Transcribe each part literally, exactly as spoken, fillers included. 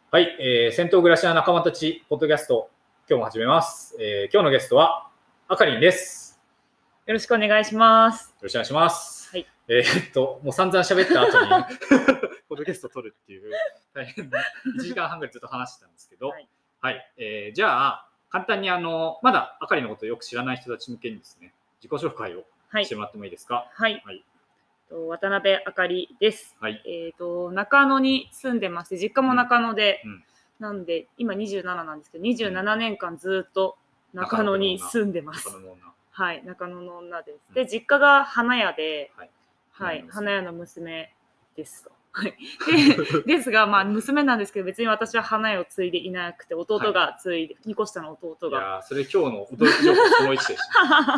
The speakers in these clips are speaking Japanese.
はい、えー、戦闘暮らしな仲間たちポッドキャスト、今日も始めます。えー、今日のゲストはあかりんです。 よろしくお願いします。 よろしくお願いします。 はい。 えー、っともう散々喋った後にポッドキャストを撮るっていう大変いちじかんはんぐらいずっと話してたんですけど、はい、はい、えー、じゃあ簡単にあのまだあかりのことをよく知らない人たち向けにですね、自己紹介をしてもらってもいいですか？ はい。はいはい渡辺あかりです、はいえーと。中野に住んでまして、実家も中野で、うんうん、なんで今にじゅうなななんですけど、にじゅうななねんかんずっと中野に住んでます。 中野の女。 はい、中野の女です。で、実家が花屋で、はい、はい、花屋の娘ですと。でですが、まあ、娘なんですけど、別に私は花屋を継いでいなくて、弟が継いで、はい、にこ下の弟が。 いやそれ今日の驚き情報そのいちでした。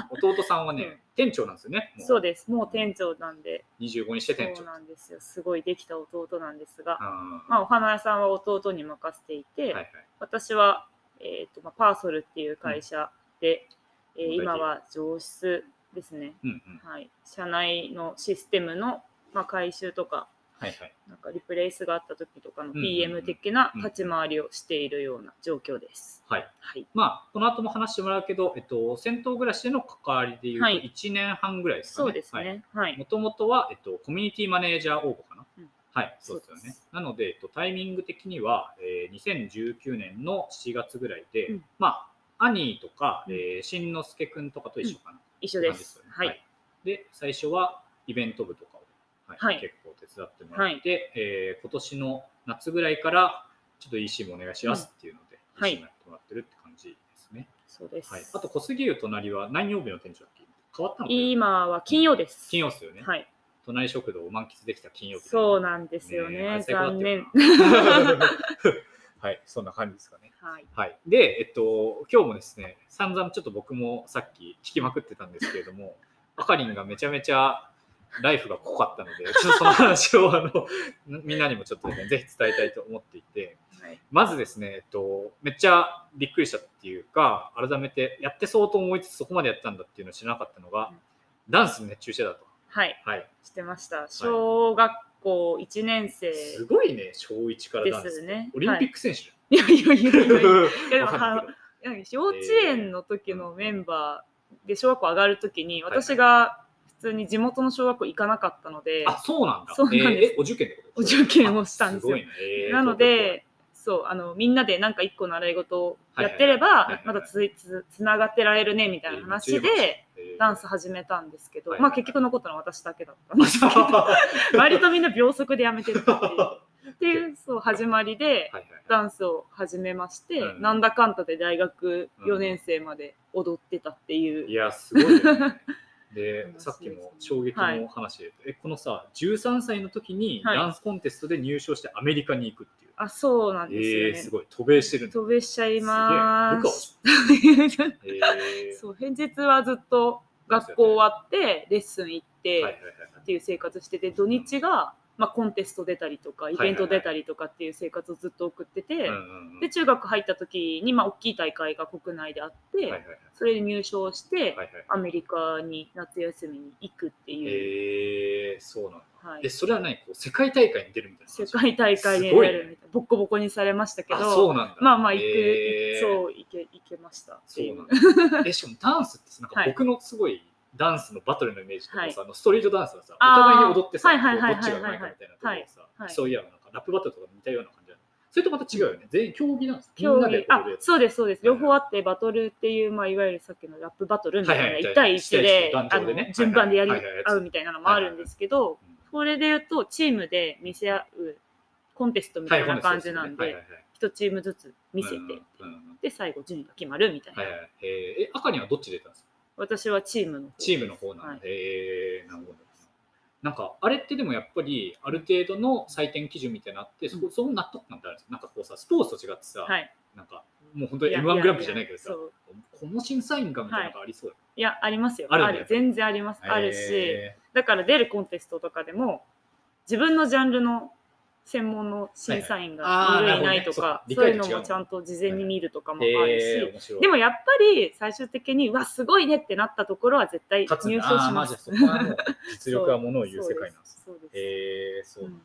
弟さんはね、うん、店長なんですよね。 そうです、もう店長なんで。 にじゅうごにして店長。 そうなんですよ。すごいできた弟なんですが、まあ、お花屋さんは弟に任せていて、はいはい、私は、えーとまあ、パーソルっていう会社で、うんえー、今は上質ですね、うんうんはい。社内のシステムの、まあ、改修とか、はいはい、なんかリプレイスがあった時とかの ピーエム 的な立ち回りをしているような状況です。 はい。はい、まあこの後も話してもらうけど、えっと銭湯暮らしでの関わりでいうといちねんはんぐらいですかね。 そうですね。はい。 もともとはえっとコミュニティマネージャー応募かな。うん、はい、そうですよね。なのでえっとタイミング的には、えー、にせんじゅうきゅうねんのしちがつぐらいで、うん、まあ兄とか、うん、えー、しんのすけくんとかと一緒かな。うん、 一緒です。 ね、はい、はい。で最初はイベント部とかをはいはい、結構手伝ってもらって、はいえー、今年の夏ぐらいからちょっと イーシー もお願いしますっていうので、うん、イーシー もやってもらってるって感じですね。 そうです。 はい、あと小杉湯隣は何曜日の店長だっけ？変わったの？ 今は金曜です。 金曜ですよね。はい。隣食堂を満喫できた金曜日、ね。 そうなんですよね。ね残念。 はい、そんな感じですかね。 はい。 はい、で、えっと今日もですね、散々ちょっと僕もさっき聞きまくってたんですけれども、あかりんがめちゃめちゃライフが濃かったので、ちょっとその話をあのみんなにもちょっと、ね、ぜひ伝えたいと思っていて、はい、まずですね、えっと、めっちゃびっくりしたっていうか、改めてやってそうと思いつつそこまでやったんだっていうのを知らなかったのが、うん、ダンスに熱中してたと。 はい、はい、してました。小学校いちねん生、 すごいね、小いちからダンスですね。オリンピック選手、 はい、いやいやいやいやいや幼稚園の時のメンバーで小学校上がる時に私が普通に地元の小学校行かなかったので、 あ、そうなんだ。 そうなんです。 えー、お受験ってこと？ お受験をしたんですよ。 すごいね。えー、 なので、そうあのみんなでなんか一個習い事をやってればまだつつつながってられるねみたいな話でダンス始めたんですけど、まあ結局残ったのは私だけだったんですけど、割とみんな秒速でやめてるっていうっていうそう始まりでダンスを始めまして、なんだかんだで大学よねん生まで踊ってたっていう。 いやすごいね。でさっきも衝撃の話で、はい、えこのさじゅうさんさいの時にダンスコンテストで入賞してアメリカに行くっていう、 はい、あそうなんですよね、 えー、すごい渡米してるんだ。 渡米しちゃいます。えー、そう平日はずっと学校終わってレッスン行ってっていう生活してて、土日がまあ、コンテスト出たりとかイベント出たりとかっていう生活をずっと送ってて、で中学入った時にまあ大きい大会が国内であって、それで入賞してアメリカに夏休みに行くっていう。 えー、そうなんだ。はい、でそれは何こう世界大会に出るみたいな。 世界大会に出るみたいな、ね、ボッコボコにされましたけど、 そうなんだ。 まあまあ行く、えー、そう行け行けましたっていう。 そうなんだ。えしかもダンスってなんか僕のすごい、はいダンスのバトルのイメージとかさ、はい、ストリートダンスはさ、お互いに踊ってさ、どっちがうまいかみたいなところをさ、はい、そういやなんかラップバトルとか似たような感じなの。それとまた違うよね。全員競技なんです。 競技、あ、そうですそうです。両方あってバトルっていうまあいわゆるさっきのラップバトルみたいないち対いちであの順番でやり合うみたいなのもあるんですけど、それで言うとチームで見せ合うコンテストみたいな感じなんで、一チームずつ見せてで最後順位が決まるみたいな。 え、赤にはどっち出たんですか？ 私はチームの方チームの方なんで、はい、えー、なるほど。なんかあれってでもやっぱりある程度の採点基準みたいなのあって、うん、そその納得感ってあるんですよ。なんかこうさスポーツと違ってさ、はい、なんかもう本当に エムワン グランプリじゃないけどさ、この審査員がみたいなのがありそうだ、 はい、いやありますよ。 ある、ね、 ある全然あります。あるし、だから出るコンテストとかでも自分のジャンルの専門の審査員がいるいないとか、そういうのもちゃんと事前に見るとかもあるし、でもやっぱり最終的にうわすごいねってなったところは絶対入賞します。 そこはもう実力はものを言う世界なんです。えー、そう。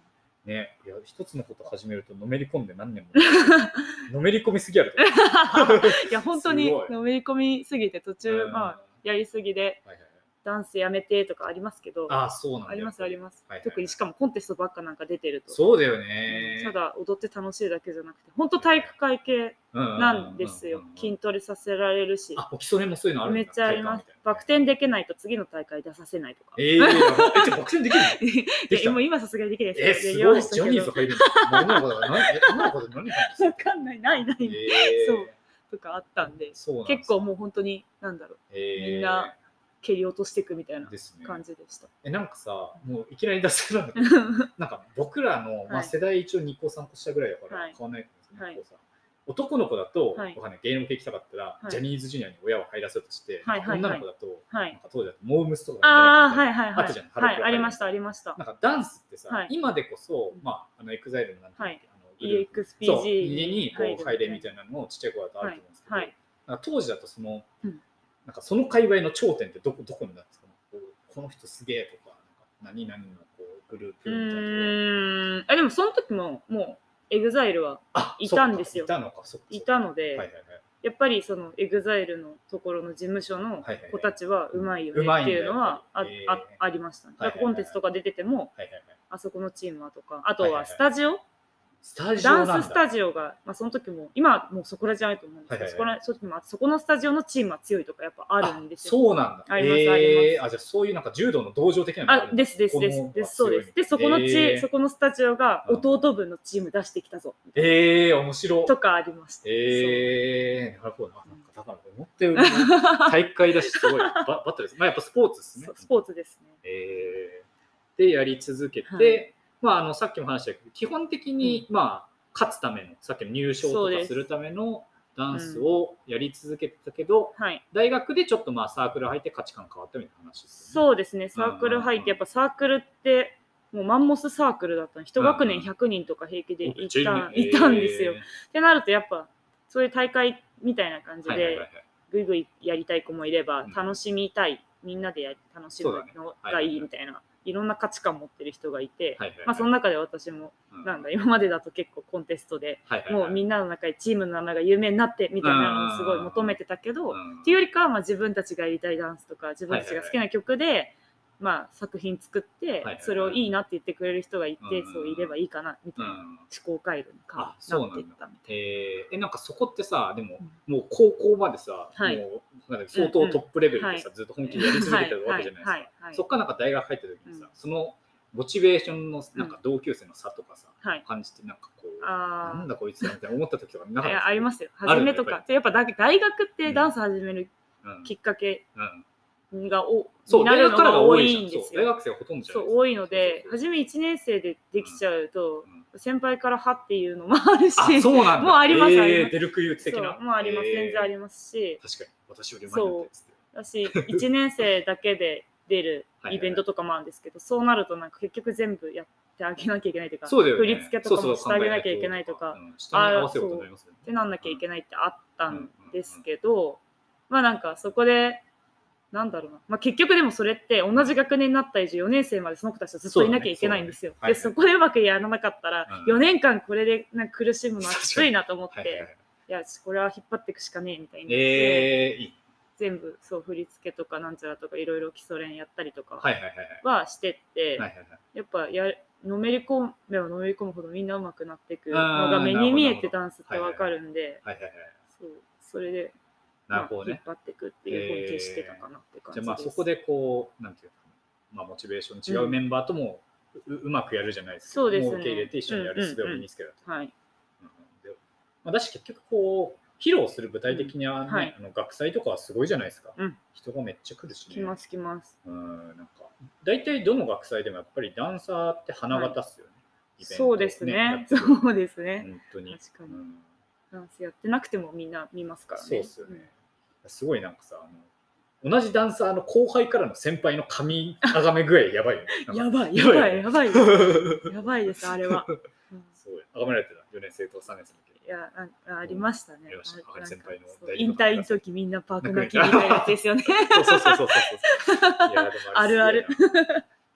ね、いや一つのこと始めるとのめり込んで何年ものめり込みすぎやるといや本当にのめり込みすぎて途中まあやりすぎで、はいはいはい、ダンスやめてとかありますけど、 あ, そうなんありますあります、 はいはいはい、 特にしかもコンテストばっかなんか出てるとそうだよね、 ただ踊って楽しいだけじゃなくて本当体育会系なんですよ、筋トレさせられるし、 あ、基礎練もそういうのあるんだ、 めっちゃあります。バク転できないと次の大会出させないとか。 えー、え、じゃあバク転できるの？ いやもう今さすがにできないです。えー、すごい。ジャニーズ入るの？女の子だから何？女の子で何入るの？わかんない、ないない。えー、そうとかあったんで、結構もう本当になんだろう、えー、みんな蹴り落としていくみたいな感じでした。 ね、えなんかさ、もういきなり脱線なんだけど、なんか僕らの、まあ、世代一応にこさんこ下ぐらいだから変わんないと思うんですけど、男の子だと、はい、わかんない芸能系行きたかったら、はい、ジャニーズジュニアに親を入らせようとして、はいはいはい、女の子だと、はい、なんか当時だとモームスとかあー、はいはいはい、 あったじゃん、 はい、ありましたありました。 なんかダンスってさ、はい、今でこそ、まあ、あのエグザイルのなんていうの、はい、 イーエックスピージーにこう入れみたいなのをちっちゃい子だとあると思うんですけど、はいはい、なんか当時だとその、うん、なんかその界隈の頂点ってどこどこになるんですかね。この人すげえとか、なんか何々のこうグループみたいな。うーん、あでもその時ももうエグザイルはいたんですよ。 いたのか、そっかいたので、はいはいはい、やっぱりそのエグザイルのところの事務所の子たちはうまいよねっていうのはあ、えー、あ, ありましたね。だからコンテストとか出てても、はいはいはい、あそこのチームはとか、あとはスタジオ、はいはいはい、スタジオダンススタジオが、まあ、その時も今はもうそこらじゃないと思うんですけど、はいはいはい、そ, こらそこのスタジオのチームは強いとかやっぱあるんですよ。 そうなんだ。 あります、えー、あります。 あ、じゃあそういうなんか柔道の道場的なのがあるんだ。 あ、ですですですです、そうです。でそこのチ、えー、そこのスタジオが弟分のチーム出してきたぞ。 ええー、面白い。 とかありました。 ええー、なるほど。なんかだから思ったよりも大会だしすごいババトルです。まあやっぱスポーツですね。 スポーツですね。 えー、でやり続けて、はい、まああのさっきも話したけど基本的に、うん、まあ勝つためのさっきの入賞とかするためのダンスをやり続けてたけど、うんはい、大学でちょっとまあサークル入って価値観変わったみたいな話ですよね。 そうですね、サークル入ってやっぱサークルってもうマンモスサークルだったの、一学年ひゃくにんとか平気でいた、うんうん、いたんですよ、えー、ってなるとやっぱそういう大会みたいな感じでぐいぐいやりたい子もいれば、うん、楽しみたい、みんなでや楽しむのがいいみたいな、いろんな価値観持ってる人がいて、はいはいはい、まあ、その中で私も、うん、なんだ今までだと結構コンテストで、はいはいはい、もうみんなの中でチームの名前が有名になってみたいなのをすごい求めてたけど、っていうよりかはまあ自分たちがやりたいダンスとか自分たちが好きな曲で、はいはいはい、まあ、作品作ってそれをいいなって言ってくれる人がいて、はいはいはい、そういればいいかなみたいな思考回路に変わっていったみたいな。 えー、なんかそこってさでも、うん、もう高校までさ、はい、もうなんか相当トップレベルでさ、うんうん、ずっと本気でやり続けてるわけじゃないですか、はいはいはいはい、そっからなんか大学入った時にさ、うん、そのモチベーションのなんか同級生の差とかさ、うん、感じてなんかこう、はい、なんだこいつだみたいな思った時とかなかった。 ありますよ、初めとかやっぱ大学ってダンス始めるきっかけ、うんうんがおになるのが多いんですよ。 大学生はほとんどじゃないですか。 そう多いので、初めいちねん生でできちゃうと、うん、先輩からはっていうのもあるし、あそうなんだもうあります、えー、 あります。デルクユー的な。 もうあります、えー、全然ありますし。 確かに私より前になってですね。 だしいちねん生だけで出るイベントとかもあるんですけど、そうなるとなんか結局全部やってあげなきゃいけないというか、 そうだよね、 振り付けとかもしてあげなきゃいけないとか、 あそうってなんなきゃいけないってあったんですけど、まあなんかそこで。なんだろうな、まあ、結局でもそれって同じ学年になった以上よねん生までその子たちとずっといなきゃいけないんですよ。そ、ね そ, ねはいはい、でそこでうまくやらなかったら、うん、よねんかんこれでなんか苦しむのはきついなと思って、はいはいはい、いやこれは引っ張っていくしかねえみたいになって、 えー、 全部そう振り付けとかなんちゃらとかいろいろ基礎練やったりとかはしてって、はいはいはいはい、やっぱやのめり込めばのめり込むほどみんな上手くなっていくのが目に見えてダンスって分かるんで、それで。 なるほどね、 引っ張っていくっていう方に徹してたかなって感じです。 えー、じゃあまあそこでこうなんていうか、まあ、モチベーション違うメンバーとも う,、うん、うまくやるじゃないですか。 そうですね。 受け入れて一緒にやる術を身につけたと。 うんうんうん、はい。 うんでまあ、だし結局こう披露する舞台的には、ねうんはい、あの学祭とかはすごいじゃないですか。うん、人がめっちゃ来るしね。 来ます来ます。 うんなんか大体どの学祭でもやっぱりダンサーって花形っすよね。はい、イベントそうですね。そうですね。 本当に。 確かに。うん、ダンスやってなくてもみんな見ますからね。 そうですよね。うんすごいなんかさあの同じダンサーの後輩からの先輩の髪あがめ具合やばいよね。 やばいやばいやばいやばいですあれは。 うん、すごいあがめられてたよねん生とさんねん生の時。 いや あ, ありましたね。 あり先輩の引退の時みんなパーク泣きみたいなやつですよね。 そうそうそうそうそう。いやでもあるある。 そうあ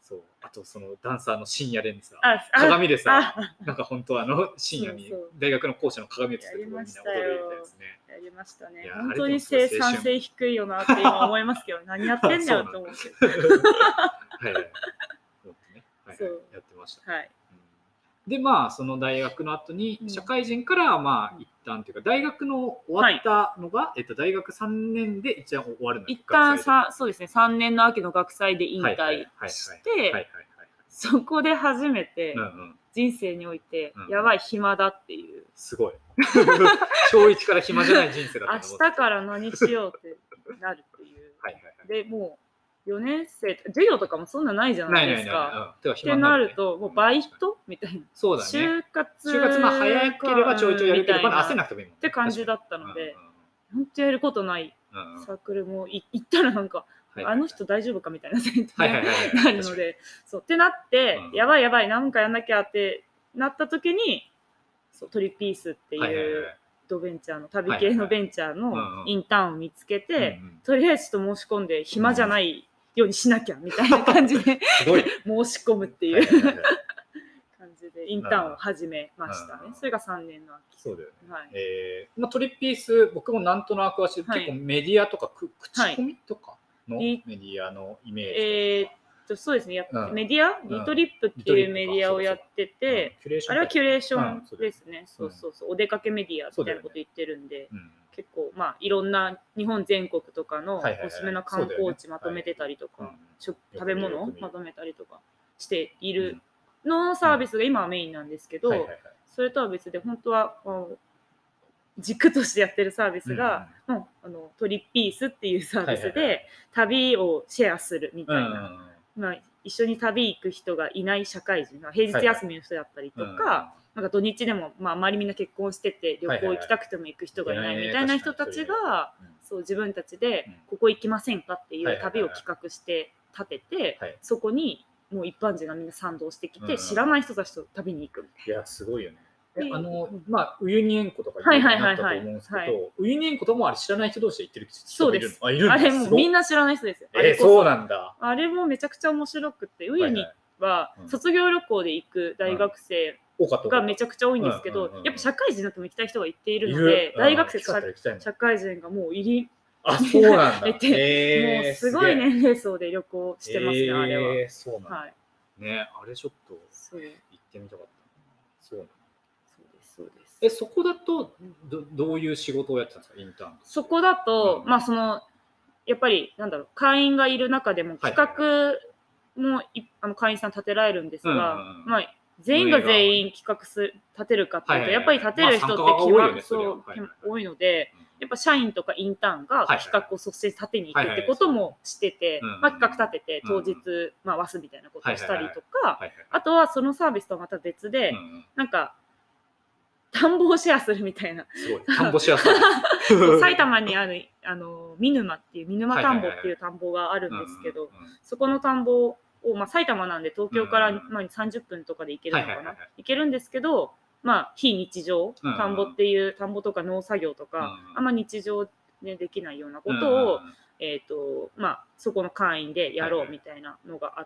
あとそのダンサーの深夜でさあ鏡でさあなんか本当あの深夜にそうそう大学の校舎の鏡をつけてみんな踊るみたいなやつね。 やりましたね。 いや本当に生産性低いよなって今思いますけど何やってんだよと思って。 はいはいはい。 そうやってました。 はい。 でまあその大学の後に社会人からまあ一旦というか大学の終わったのが、はい、えっと大学さんねんで一旦終わるの。 一旦さそうですねさんねんの秋の学祭で引退してそこで初めて人生においてやばい暇だっていう、うん、 すごい小いちから暇じゃない人生だった明日から何しようってなるっていうはいはい、はい、でもうよねん生授業とかもそんなないじゃないですか。ってなるともうバイトみたいな。 そうだね。 就活就活まあ早ければちょいちょいやるけどまだ焦んなくてもいいもん。 って感じだったので、本当やることないサークルも行ったらなんかあの人大丈夫かみたいな先頭になるので、そうってなってやばいやばいなんかやんなきゃってなった時にそうトリピースっていうドベンチャーの旅系のベンチャーのインターンを見つけて、とりあえずと申し込んで暇じゃないようにしなきゃみたいな感じで申し込むっていう感じでインターンを始めましたね。それがさんねんの秋。 そうだよね。はい、えーまあ、トリピース僕もなんとなくは知る、はい、結構メディアとかく口コミとかのメディアのイメージ、えーそうですね、やうん、メディア、うん、リトリップっていうメディアをやってて、うん、あれはキュレーションですね、うん、そうそうそう、お出かけメディアみたいなこと言ってるんで、ねうん、結構まあいろんな日本全国とかのおすすめの観光地まとめてたりとか、食べ物をまとめたりとかしているのサービスが今はメインなんですけど、それとは別で本当は軸としてやってるサービスが、うん、もうあのトリッピースっていうサービスで旅をシェアするみたいな。まあ、一緒に旅行く人がいない社会人、平日休みの人だったりとか、はいはい、なんか土日でも、まあ、周りみんな結婚してて旅行行きたくても行く人がいないみたいな人たちが、そう自分たちでここ行きませんかっていう旅を企画して立てて、そこにもう一般人がみんな賛同してきて、知らない人たちと旅に行く。 いやすごいよね。あのまあ、ウユニ塩湖とか有名になったと思うんですけど、ウユニ塩湖ともあれ知らない人同士で行ってる人いるの？ そうです。あれもみんな知らない人ですよ。 えー、そうなんだ。 あれもめちゃくちゃ面白くて、ウユニは卒業旅行で行く大学生がめちゃくちゃ多いんですけど、やっぱ社会人だとも行きたい人が行っているので、大学生と社会人がもう入りあ、そうなんだ。 えー、もうすごい年齢層で旅行してますね、えー、あれは。 そうなんだ。はい、ね、あれちょっと行ってみたかった。そうなんだ。 そうです。 え、そこだと ど, どういう仕事をやってたんですか、インターン。 そこだと、うん、まあそのやっぱりなんだろう、会員がいる中でも企画も、はい、あの会員さん立てられるんですが、うんうんうん、まあ全員が全員企画す立てるかっていうと、はいはいはい、やっぱり立てる人って決まる、まあ、そう、はいはい、多いので、やっぱ社員とかインターンが企画を率先立てに行くってこともしてて、まあ、企画立てて当日回すみたいなことをしたりとか、あとはそのサービスとはまた別で、うんうん、なんか田んぼをシェアするみたいな。 すごい。田んぼシェアする。 埼玉にあるあの見沼っていう見沼田んぼっていう田んぼがあるんですけど、そこの田んぼを、まあ、埼玉なんで東京から、まあ、さんじゅっぷんとかで行けるのかな、行けるんですけど、まあ非日常、田んぼっていう田んぼとか農作業とか、あんま日常でできないようなことを、えっとまあそこの会員でやろうみたいなのがあって、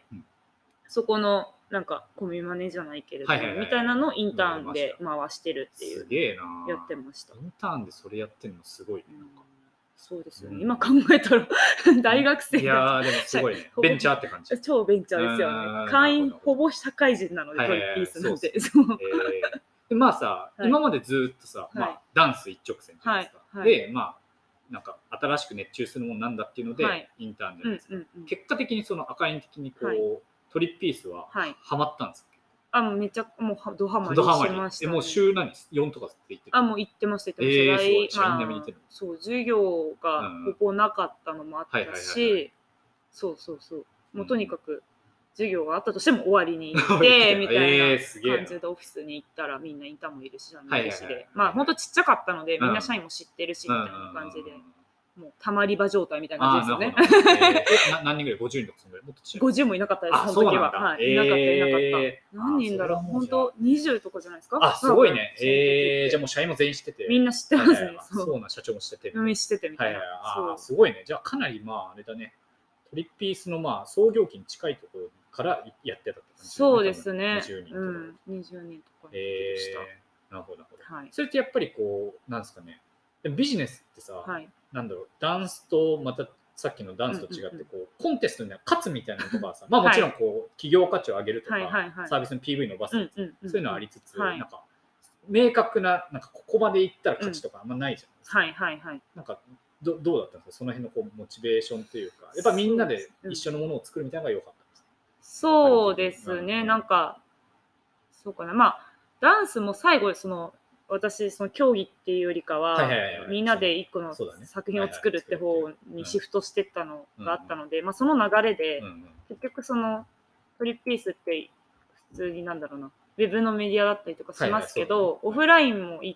そこのなんかコミュマネじゃないけれども、はいはいはい、みたいなのをインターンで回してるっていう。 すげえな。 やってました。 インターンでそれやってるのすごいね。なんかそうですよね。うん、今考えたら大学生。 いやーでもすごいね。ベンチャーって感じ。 超ベンチャーですよね。会員ほぼ社会人なので、トリッピースなんて。そうそう。 えー、でまあさ、はい、今までずっとさ、はい、まあダンス一直線じゃないですか。はいはい、でまあなんか新しく熱中するものなんだっていうので、はい、インターンじゃないですか。うんうんうん、結果的にその赤い的にこう。はい、トリッピースはハマったんですか？ はい、あ、めちゃもうドハマりしました、ね。 え、もう週何よんとかって言ってた？あ、もう行ってました行ってました。 えー、すごい。まあ、並みに行ってる。 そう、授業がほぼなかったのもあったし、そうそうそう。もうとにかく授業があったとしても終わりに行ってみたいな感じでオフィスに行ったらみんなインターンもいるし、社員もいるしで、まあ本当ちっちゃかったのでみんな社員も知ってるしみたいな感じで。もうたまり場状態みたいな感じですよね。 えー、何人ぐらい？ごじゅうにんとかそのぐらい？もっとちっちゃい。 ごじゅうもいなかったです。その時は。はい。いなかったいなかった。何人だろう。本当にじゅうとかじゃないですか。 あ、すごいね。えー、じゃあもう社員も全員知ってて。 みんな知ってますね。 そうな社長も知ってて。 みんな知っててみたいな。 あ、すごいね。じゃあかなりまああれだね。トリッピースのまあ創業期に近いところにからやってたって感じ、 ね、そうですね。 にじゅうにんとか、うん、 にじゅうにんとかえー、なるほどなるほど、 はい、 それってやっぱりこうなんですかね、でビジネスってさ、はい、なんだろう、ダンスとまたさっきのダンスと違ってこう、うんうんうん、コンテストに勝つみたいなのとかはさ、まあもちろんこう、はい、企業価値を上げるとか、はいはいはい、サービスの ピーブイ 伸ばすとか、うんうんうん、そういうのはありつつ、はい、なんか明確な、なんかここまで行ったら勝ちとかあんまないじゃないですか。うん、はいはいはい。なんか ど, どうだったんですか、その辺のこうモチベーションというか、やっぱみんなで一緒のものを作るみたいなのが良かったんですか。 そうですね、うん、なんか、そうかな、まあ、ダンスも最後、その、私、その競技っていうよりかは、みんなで一個の作品を作るって方にシフトしてったのがあったので、まあ、その流れで、結局その、トリップピースって普通になんだろうな、ウェブのメディアだったりとかしますけど、はいはいね、オフラインも行って、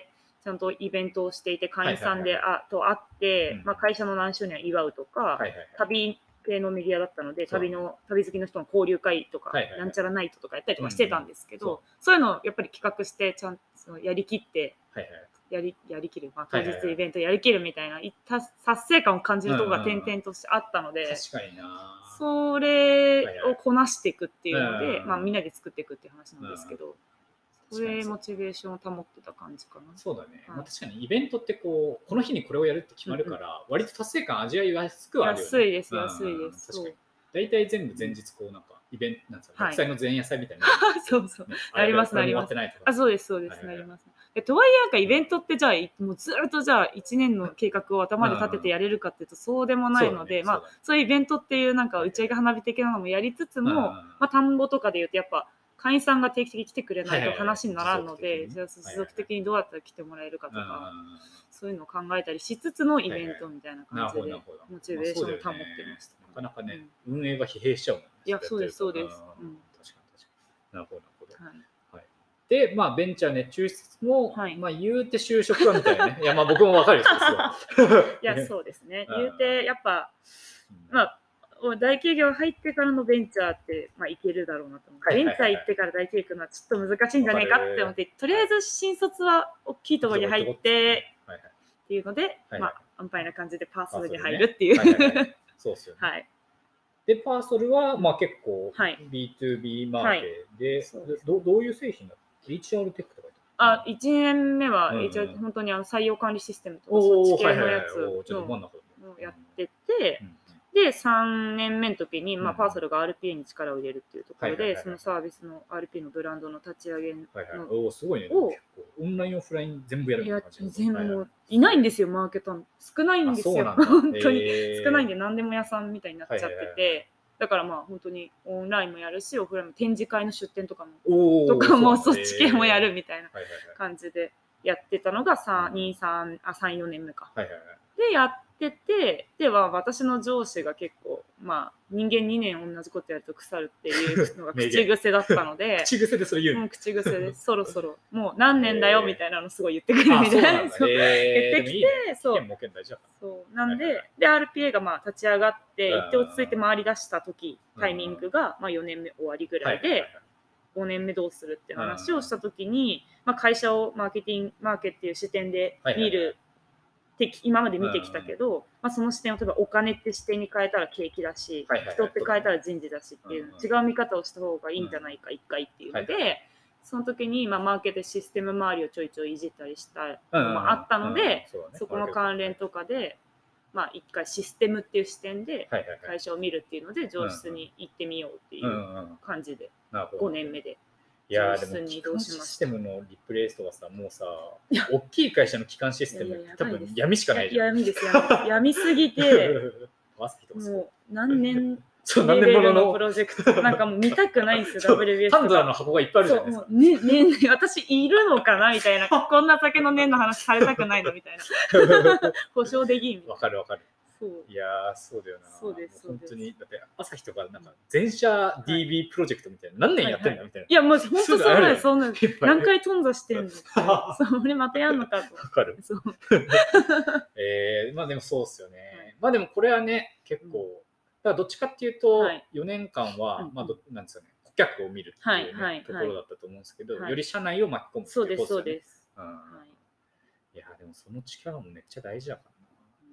ちゃんとイベントをしていて、会員さんで、あと会って、まあ、会社の何周年を祝うとか、はいはいはい、旅系のメディアだったので、旅の旅好きの人の交流会とか、はいはいはい、なんちゃらナイトとかやったりとかしてたんですけど、うんうん、そう、そういうのをやっぱり企画してちゃんとやりきって、はいはい、やりやりきる、まあ、当日イベントやりきるみたいな、はいはいはい、達成感を感じるところが点々としてあったので、うんうんうん、 確かにな、 それをこなしていくっていうので、はいはい、まあ、みんなで作っていくっていう話なんですけど、それモチベーションを保ってた感じかな。 そうだね、はい、まあ、確かにイベントってこうこの日にこれをやるって決まるから、うんうん、割と達成感味わいやすくはあるよね。 安いです安いです。 確かに大体全部前日こうなんかイベントなんですか、学祭の前夜祭みたいな、 はい、そうそう、ね、なりますなります。あ、そうですそうです、はいはい、なります。でとはいえなんかイベントってじゃあもうずっとじゃあいちねんの計画を頭で立ててやれるかっていうとそうでもないので、うん、まあそういうイベントっていうなんか打ち上げ花火的なのもやりつつも、まあ田んぼとかでいうとやっぱ会員さんが定期的に来てくれないと話にならんので、じゃあ持続的にどうやったら来てもらえるかとか、そういうのを考えたりしつつのイベントみたいな感じでモチベーションを保ってました。 なかなかね、うん、運営が疲弊しちゃうもんね。 いや、そうですそうです。 うん、確かに確かに。なるほどなるほど。はいはい、で、まあベンチャー熱中しつつも、はい、まあ言うて就職はみたいなね。いやまあ僕もわかるんですよ。いやそうですね。言うてやっぱ、まあ大企業入ってからのベンチャーって、まあ、いけるだろうなと思って、ベンチャー行ってから大企業行くのはちょっと難しいんじゃないかって思って、とりあえず新卒は大きいところに入ってっていうので、まあ安牌な感じでパーソルに入るっていう。 そうですよね。はい。でパーソルはまあ結構 ビーツービー マーケで、どどういう製品だった？ エイチアール テックとか。 あ、いちねんめは エイチアール、うんうん、本当にあの採用管理システムとかそっち系のやつをやってて、うんでさんねんめの時に、まあ、パーソルが アールピーエー に力を入れるっていうところで、そのサービスの アールピーエー のブランドの立ち上げの、はいはい、 おすごいね。オンラインオフライン全部やるみたいな感じ。 いや全部、はいはい、いないんですよマーケター少ないんですよ本当に、えー、少ないんで何でも屋さんみたいになっちゃってて、はいはいはい、だからまあ本当にオンラインもやるしオフラインも展示会の出店とかもとかもそっち系もやるみたいな感じでやってたのがさん、に、さん、あ、さん、よねんめか、はいはいはい、でやってて、では私の上司が結構まあ人間にねん同じことやると腐るっていうのが口癖だったので口癖でそれ言うの、 うん、口癖でそろそろもう何年だよみたいなのすごい言ってくるみたいな、言ってきて、そうそうなんで、はいはい、で アールピーエー がまあ立ち上がって一定落ち着いて回り出した時タイミングがまあよねんめ終わりぐらいで、はいはいはい、ごねんめどうするっていう話をした時に、まあ、会社をマーケティングマーケっていう視点で見る、はいはいはい、今まで見てきたけど、うんまあ、その視点を例えばお金って視点に変えたら景気だし、はいはいはい、人って変えたら人事だしっていう、うん、違う見方をした方がいいんじゃないか、うん、一回っていうので、はいはい、その時に、まあ、マーケットシステム周りをちょいちょいいじったりしたのもあったので、うんうんうん そ, ね、そこの関連とかで、まあ、一回システムっていう視点で会社を見るっていうので上質に行ってみようっていう感じでごねんめで。 いやでも基幹システムのリプレイスとかさ、もうさ、大きい会社の基幹システム多分闇しかないじゃん。 闇です闇闇すぎてもう何年そう何年もののプロジェクトなんかもう見たくないんですよ。ダブリュービーエスハンドラーの箱がいっぱいあるじゃないですか。 そうねねね私いるのかなみたいなこんな酒の年の話されたくないのみたいな保証できん。 わかるわかる。 そういやーそうだよな。 そうですそうです。 本当にだって朝日とかなんか全社 ディービー プロジェクトみたいな、はい、何年やってんだみたいな。はいはい、 いやもう本当そうなんです。そんな何回頓挫してんの。そう俺またやんのかと。 わかる。そうえー、まあでもそうっすよね。はい、まあでもこれはね結構、うん、だからどっちかっていうとよねんかんは、はい、まあどなんですよね。顧客を見るっていう、ねはいはい、ところだったと思うんですけど、はい、より社内を巻き込むってことですよね。そうですそうです。うん、いやでもその力もめっちゃ大事だからな。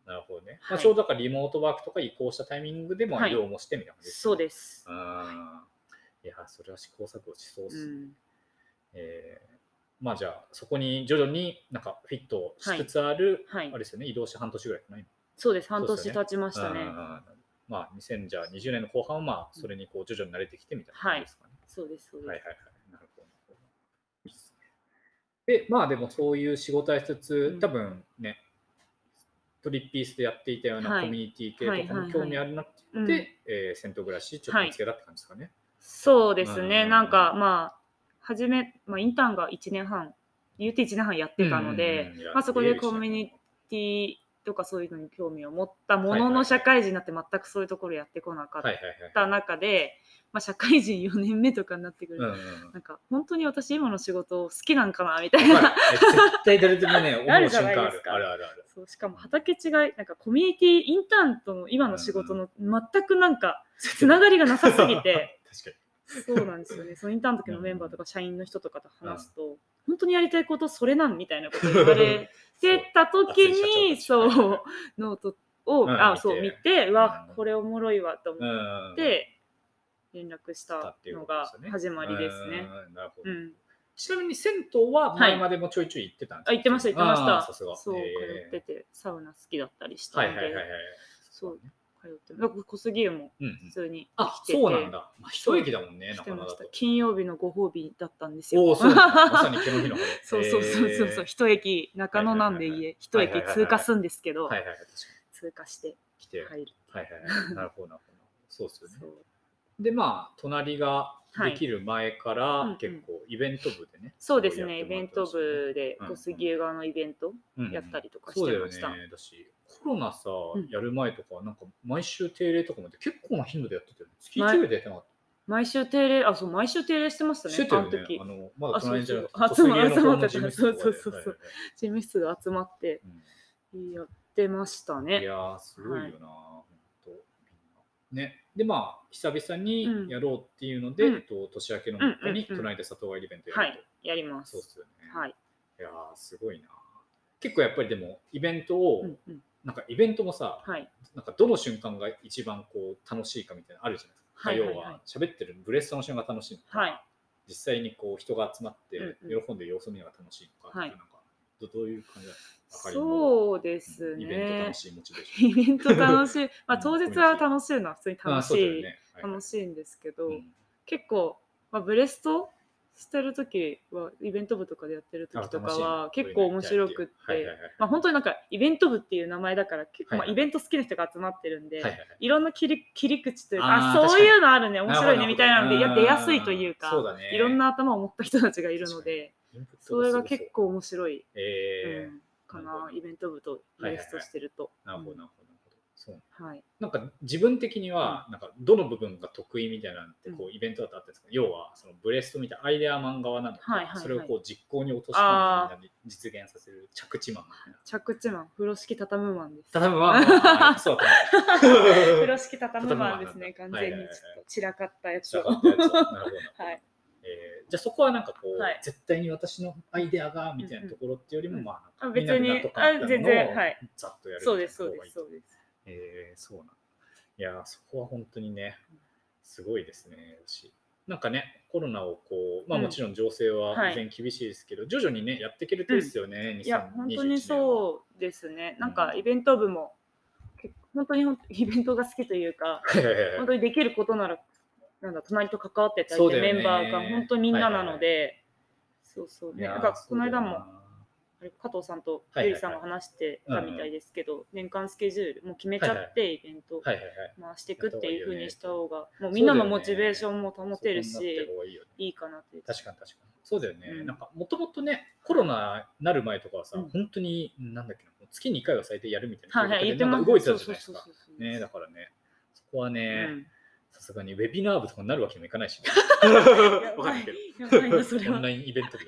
なるほどね。 はいまあ、ちょうどだからリモートワークとか移行したタイミングでもはい移動もしてみたいな感じですそうです。 あーいや、それは試行錯誤しそうっうすね。 ん、 えーまあじゃあ、そこに徐々になんかフィットしつつある、 はいはいあれですよね、移動して半年ぐらいかな、今。 そうです。半そうですよね年経ちましたね。 うんまあ、にせんにじゅうねんの後半は、まあ、それにこう徐々に慣れてきてみたいな感じですかね。 そうです、そうです。 はいはいはい。なるほど。いいっすね。で、まあでもそういう仕事やりつつ、 うん多分ね、トリッピースでやっていたようなはいコミュニティ系とかも興味あるなって言っはいはいはいて、えー銭湯暮らしちょっと見つけたって感じですかね。 そうですね。 うんなんかまあ、初め、まあ、インターンがいちねんはん、言うていちねんはんやってたので、 うんうんうんいやまあ、そこでコミュニティとかそういうのに興味を持ったものはいはいはいの社会人になって全くそういうところやってこなかっはいはいはいたはい。 中で、まあ、社会人よねんめとかになってくると、 うんうんうんなんか本当に私今の仕事好きなんかなみたいなわかるえ絶対誰でもね、 あるじゃ思う瞬間ある。 ないですかあるあるある。 そうしかも畑違いなんかコミュニティインターンとの今の仕事の全くなんかつながりがなさすぎて確かに。 そうなんですよねそのインターンの時のメンバーとか社員の人とかと話すと、本当にやりたいことそれなんみたいなこと言われてた時にそそううノートを、 うん見てあそう見てうわうんこれおもろいわと思うんって連絡したっていうのがことですよね始まりですね。 うんなるほど。 うん、 ちなみに銭湯は前までもちょいちょい行ってたんですか、 あ行ってました行ってました。 あーさすが。 そう、 えー通っててサウナ好きだったりしたので、 はいはいはいはい。 そう通ってだから小杉湯もうんうん普通にあ来てて、 そうなんだ。まあ、一駅だもんね、 来てました中野だと。 金曜日のご褒美だったんですよ。 おお、そうなんだ。まさに毛の日の晴れ。 そうそうそうそうそう、 え一駅中野なんではいはいはいはい家一駅通過するんですけど、 ーはいはいはい、確かに。 通過して来て。 入る。 はいはいはい。なるほどなるほど。そうっすよねそ。うで、まあ、隣ができる前から、 はい結構イベント部でね。 そうですね、イごいやってもベントらってましたね部で小杉湯側のイベントうんやったりとかしてました。 そうだよね。だし、コロナさ、 うんやる前とか、なんか毎週定例とかもで結構な頻度でやってたよね。月いち前ぐらいでやってなかった。 毎週定例、あ、そう、毎週定例してましたね、 してたよね。 あの時あ。の、まだ隣じゃなくて、 あそうそう小杉湯の方の集まってた事務室とかでそうそうそうそうはいはいはい事務室が集まってうんやってましたいね。 やー、すごいよな、ほんとみんな。ね。で、まあ、久々にやろうっていうので、 うんえっと、年明けのみっかに、 うんうんうん隣で里帰りイベントやると。 はい、やります。 そうっすよね。 はい。 いやー、すごいな。結構やっぱりでも、イベントを、 うんうんなんかイベントもさ、 はい。 なんかどの瞬間が一番こう楽しいかみたいなのあるじゃないですか。 はいはいはい要は喋ってるブレストの瞬間が楽しいのか、 はい。 実際にこう人が集まってうんうん喜んで様子見るのが楽しいのか、 はいなんかどどういう感じだった？ そうですね。 イベント楽しいモチベーション。 イベント楽しい。まあ当日は楽しいのは普通に楽あしい、 そうだよねはいはい楽しいんですけど、 うん結構、まあ、ブレストしてる時はイベント部とかでやってる時とかあ楽はしい結構面白くっはいはいはいて、まあ本当になんかイベント部っていう名前だから結構まはいはいあイベント好きな人が集まってるんで、 はいはいはいいろんな切り切り口というか、 あーあそういうのあるね、面白いなるほどねみたいなので、いやうん出やすいというか、 そうだねいろんな頭を持った人たちがいるので、 インプットそれがすごう結構面白い、 えうん、かなるほどな、イベント部とイベストしてると。 ー、なるほどなるほどなるほど。そうはい。 なんか自分的にはなんかどの部分が得意みたいなんてこうイベントだとあったんですか、要はそのブレストみたいなアイデアマン側なのか、 はいはいはいそれをこう実行に落とし込んでみんなで実現させる着地マンみたいな。 着地マン、風呂敷畳むマンです。 畳むマンはそうだった風呂敷畳むマンですね、完全にちょっと散らかったやつを。 なるほど。なるほどはい。 えーじゃあそこはなんかこう、 はい絶対に私のアイデアがみたいなところっていうよりも、 うんうんまああなんかみんなで別に納得感あったあ全ものを然はいざっとやるみたいなそうです、そうです、 方がいいそうです。 えー、そうなんだ。いやー、そこは本当にね、すごいですね。しなんかね、コロナをこう、まあうんもちろん情勢ははい依然厳しいですけど、徐々にね、やっていけるといいですよね、 いや、本当にう。 そうですね。なんかイベント部も、結構本当に本当イベントが好きというか、本当にできることなら、なんだ、隣と関わってたりで、 そうだよねメンバーが本当にみんななので、そうそうね。 いやーなんかこの間も、 そうだよあれ加藤さんとはいはいはいゆりさんが話してたみたいですけど、年間スケジュールもう決めちゃってイベントなはいはいはい。 回していくっていう風にした方が、もうみんなのモチベーションも保てるそうなってし方がいいよねいいかなって。 確かに確かに。そうだよね。 うんなんかもともとね、コロナなる前とかはさ、 うん本当に、なんだっけな、月にいかいは最低やるみたいな。 はいはい、言ってます。 なんか動いてたじゃないですかそうそう。そうそうね、だからね、そこはね、 うんさすがにウェビナー部とかになるわけにもいかないし、ね、 やばいわかんないけど。 やばいなそれはオンラインイベントで。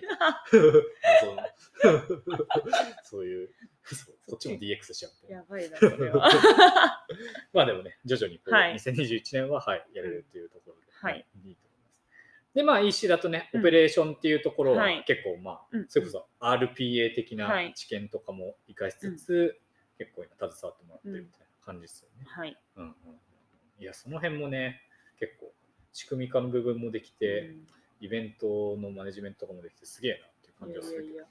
そういうそう、こっちも ディーエックス しちゃう。 やばいなそれは。 まあでもね、徐々にこう、 はいにせんにじゅういちねんは、はい、やれるというところで、 はいいいと思います。で、まあ イーシー だとね、 うんオペレーションっていうところははい結構、まあ、 うんそれこそ アールピーエー 的はない知見とかも活かしつつ、 結構今携わってもらってるみたいな感じですよね。 はい。 うんうんうん、いやその辺もね結構仕組み化の部分もできて、うん、イベントのマネジメントとかもできてすげえなっていう感じはするけど、いやいやいや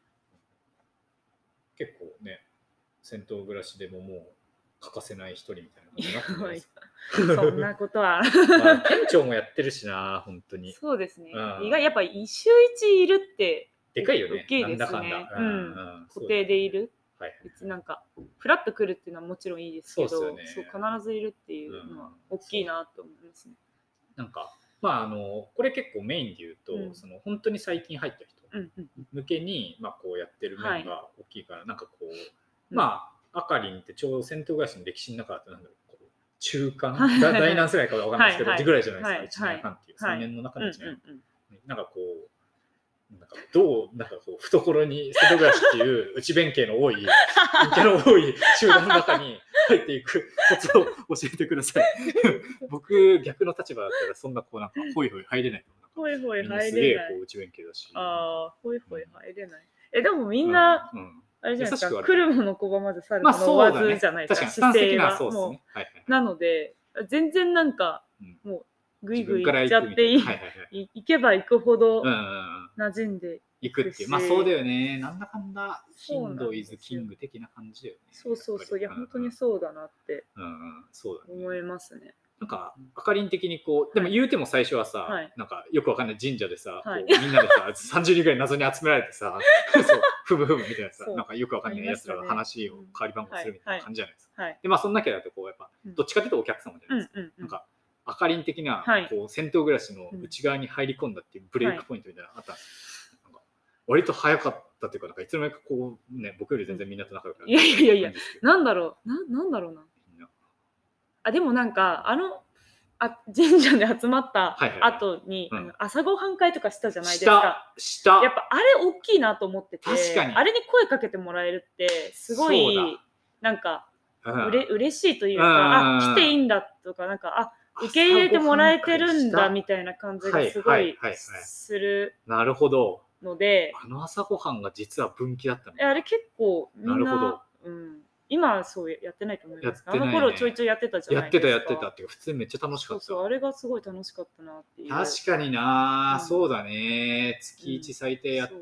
結構ね銭湯暮らしでももう欠かせない一人みたいな感じになってます。 そんなことは、 まあ、店長もやってるしな本当に。 そうですね、 うん、 意外やっぱ一週一いるってでかいよね。 大きいですね。 なんだかんだ、 うんうん、固定でいる。 はいはいはい、 別になんかフラッと来るっていうのはもちろんいいですけど、そう、 ね、 そう必ずいるっていうのは大きいなと思いますね。 うん、なんかまああのこれ結構メインで言うと、うん、その本当に最近入った人向けに、まあ、こうやってる面が大きいから、はい、なんかこう、うん、まああかりんってちょうど銭湯暮らしの歴史の中だとなんだろう、こう中間、はいはいはい、第何世代かわかんないですけど、はいはい、ぐらいじゃないですか、はい、いちねんはんっていう、はい、さんねんの中のいちねんはん、うんうんうん、なんかこうなんかどうなんかこう懐に瀬戸暮らしっていう内弁慶の多い弁慶の多い集団の中に入っていくコツを教えてください。僕逆の立場だったらそんなこうなんかホイホイ入れない。 ホイホイ入れない。 すげえこう内弁慶だし。 ああ、ホイホイ入れない。えでもみんな、うんうん、あれじゃないですか。来るもの拒まず去るもの追わずじゃないですか。姿勢はもうなので全然なんか、うん、もうぐいぐいいっちゃっていい、はいはいはい、行けば行くほど馴染んでいくっていう、まあそうだよね。なんだかんだ頻度イズキング的な感じだよね。 そうそうそう、いや本当にそうだなって思いますね。 なんかあかりん的にこうでも言うても最初はさ、はい、なんかよくわかんない神社でさ、はい、こうみんなでささんじゅうにんぐらい謎に集められてさそうふむふむみたいなさ、なんかよくわかんないやつらが話を代わり番号するみたいな感じじゃないですか。はいはい、でまあその中だとこうやっぱどっちかというとお客様じゃないですか。うんうんうん、なんかあかりん的なこう銭湯暮らしの内側に入り込んだっていうブレイクポイントみたいなのがあったんですよ。なんか割と早かったというか、なんかいつの間にかこうね僕より全然みんなと仲良くなって、 いやいやいやいや、なんだろうな、なんだろうな。あでもなんかあのあ神社で集まった後に、はいはいはい、うん、朝ごはん会とかしたじゃないですか。 したやっぱあれ大きいなと思ってて、確かにあれに声かけてもらえるってすごいなんかうれ嬉しいというか、あ来ていいんだとか、なんかあ受け入れてもらえてるんだみたいな感じがすごいするので、 あの朝ごはんが実は分岐だったの。 あれ結構みんな、うん、今はそうやってないと思いますか。ね、あの頃ちょいちょいやってたじゃないですか。 やってたやってたっていうか普通にめっちゃ楽しかった。 そうそう、あれがすごい楽しかったなっていう。 確かにな、うん、そうだね。月いち最低やって、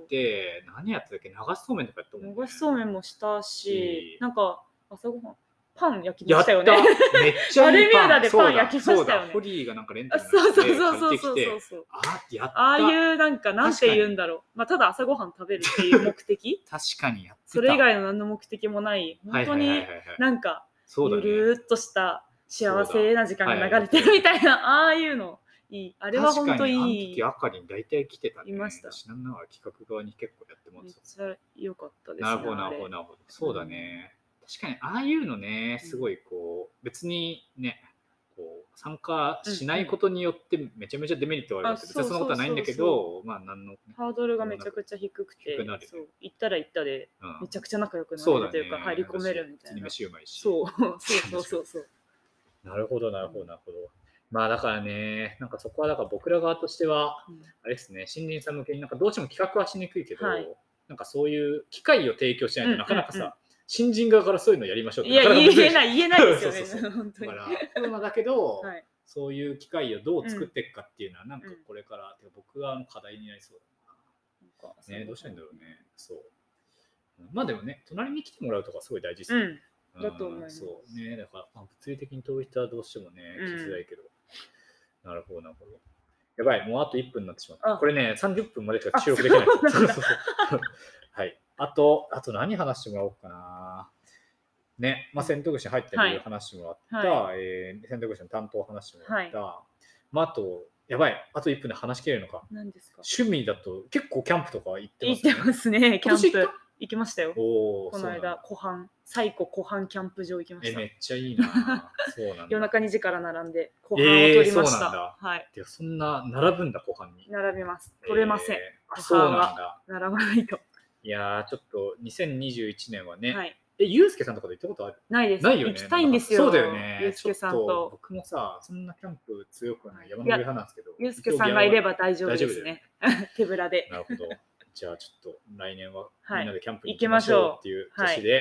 うん、何やってたっけ、流しそうめんとかやったもんね。 流しそうめんもしたし、なんか朝ごはんパン焼きましたよね。 めっちゃいいパン。 アルミューダでパン焼きましたよね。 ホリーがなんかレンタルそうそうそうそうそうそう。 あやった。 ああいうなんかなんて言うんだろう。まあただ朝ごはん食べるっていう目的。 確かにやってた。 それ以外の何の目的もない本当になんかゆるーっとした幸せな時間が流れてるみたいな、ああいうのいい。あれは本当いい。 あの時あかりん大体来てたね。 いました。 私なんなら企画側に結構やってもらってた。 めっちゃ良かったですね。 なるほどなるほどなるほど。そうだね。確かにああいうのね、すごいこう別にねこう参加しないことによってめちゃめちゃデメリットがあるって別にそんなことはないんだけど、まあ何のハードルがめちゃくちゃ低くて、そう行ったら行ったでめちゃくちゃ仲良くなれるというか入り込めるみたいな。 飯うまいし。 そうそうそうそうそう。 なるほどなるほどなるほど。まあだからね、なんかそこはだから僕ら側としてはあれですね、新人さん向けになんかどうしても企画はしにくいけど、なんかそういう機会を提供しないとなかなかさ。新人側からそういうのやりましょうって。 いや言えない言えないですよね。そうそうそう本当に。だからだけど、はい、そういう機会をどう作っていくかっていうのは、うん、なんかこれから、うん、僕側の課題になりそうだな。ね、どうしたらいいんだろうね。そう。まあでもね、隣に来てもらうとかすごい大事ですよね。 うん、だと思います。 そうね、だから物理的に遠い人はどうしてもね、来づらいけど。うん、なるほどなるほど。やばい、もうあといっぷんになってしまった。これね、さんじゅっぷんまでしか収録できない。そうそうそう。はい。あと、あと何話してもらおうかな。ね、まあ、選択肢入ってる話してもらった、はい、えー、選択肢の担当を話してもらった、はい、まあ、あと、やばい、あといっぷんで話しきれるのか。 何ですか？ 趣味だと結構キャンプとか行ってますね。行ってますね、キャンプ。行きましたよ。 おこの間、湖畔、西湖湖畔キャンプ場行きました。 え、めっちゃいいな。そうなんだ。 夜中にじから並んで湖畔を取りました。えー、そうなんだ。はい。 でそんな並ぶんだ、湖畔に。 並びます。取れません。えー、そうなんだ。 並ばないと。 いやー、ちょっとにせんにじゅういちねんはね、はい、え、ゆうすけさんとかで行ったことある？ ないです。 ないよね。 行きたいんですよ。 そうだよね。 ゆうすけさんと。 僕もさ、そんなキャンプ強くはない山の上派なんですけど。 ゆうすけさんがいれば大丈夫ですね。手ぶらで。 なるほど。じゃあちょっと来年はみんなでキャンプに行きましょうっていう年で、はい、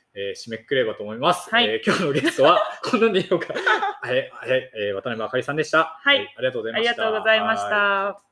えー、締めくくればと思います。 はい、 えー、今日のゲストはこんなんでいいのか、はい、はい、えー、渡辺あかりさんでした。 はい、 はい、ありがとうございました。 ありがとうございました。